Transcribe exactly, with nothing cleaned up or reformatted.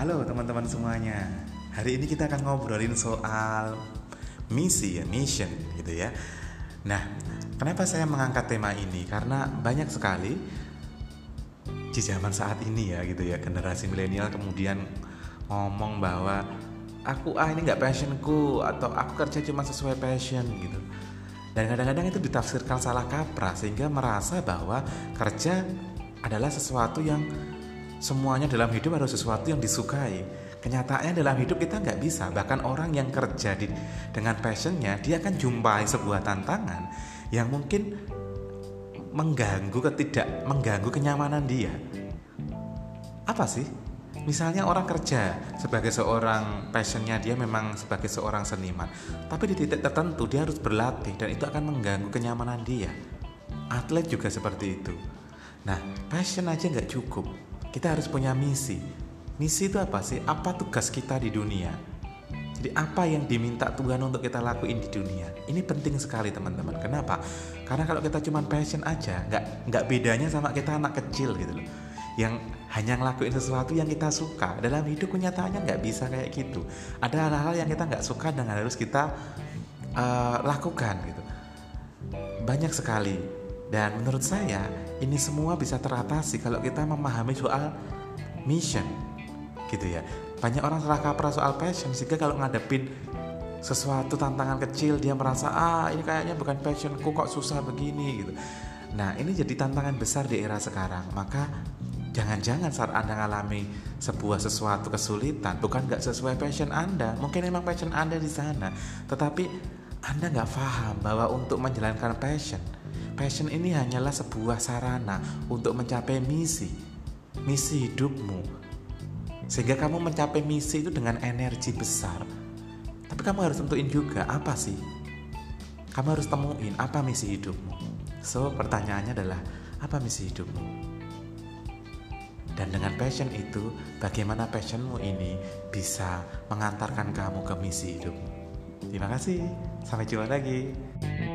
Halo teman-teman semuanya. Hari ini kita akan ngobrolin soal misi ya, mission gitu ya. Nah, kenapa saya mengangkat tema ini? Karena banyak sekali di zaman saat ini ya gitu ya, generasi milenial kemudian ngomong bahwa aku ah ini nggak passionku, atau aku kerja cuma sesuai passion gitu. Dan kadang-kadang itu ditafsirkan salah kaprah sehingga merasa bahwa kerja adalah sesuatu yang semuanya dalam hidup harus sesuatu yang disukai. Kenyataannya dalam hidup kita nggak bisa. Bahkan orang yang kerja di, dengan passionnya, dia akan jumpai sebuah tantangan yang mungkin mengganggu ketidak mengganggu kenyamanan dia. Apa sih? Misalnya orang kerja sebagai seorang passionnya dia memang sebagai seorang seniman, tapi di titik tertentu dia harus berlatih dan itu akan mengganggu kenyamanan dia. Atlet juga seperti itu. Nah, passion aja nggak cukup. Kita harus punya misi. Misi itu apa sih? Apa tugas kita di dunia? Jadi apa yang diminta Tuhan untuk kita lakuin di dunia? Ini penting sekali teman-teman. Kenapa? Karena kalau kita cuma passion aja, nggak nggak bedanya sama kita anak kecil gitu loh, yang hanya ngelakuin sesuatu yang kita suka. Dalam hidup kenyataannya nggak bisa kayak gitu. Ada hal-hal yang kita nggak suka dan harus kita uh, lakukan gitu. Banyak sekali. Dan menurut saya ini semua bisa teratasi kalau kita memahami soal mission gitu ya. Banyak orang salah kaprah soal passion sehingga kalau ngadepin sesuatu tantangan kecil dia merasa ah ini kayaknya bukan passionku, kok susah begini gitu. Nah, ini jadi tantangan besar di era sekarang. Maka jangan-jangan saat Anda ngalami sebuah sesuatu kesulitan, bukan gak sesuai passion Anda, mungkin memang passion Anda di sana, tetapi Anda gak paham bahwa untuk menjalankan passion, passion ini hanyalah sebuah sarana untuk mencapai misi, misi hidupmu. Sehingga kamu mencapai misi itu dengan energi besar. Tapi kamu harus tentuin juga apa sih? Kamu harus temuin apa misi hidupmu. So, pertanyaannya adalah apa misi hidupmu? Dan dengan passion itu, bagaimana passionmu ini bisa mengantarkan kamu ke misi hidupmu. Terima kasih, sampai jumpa lagi.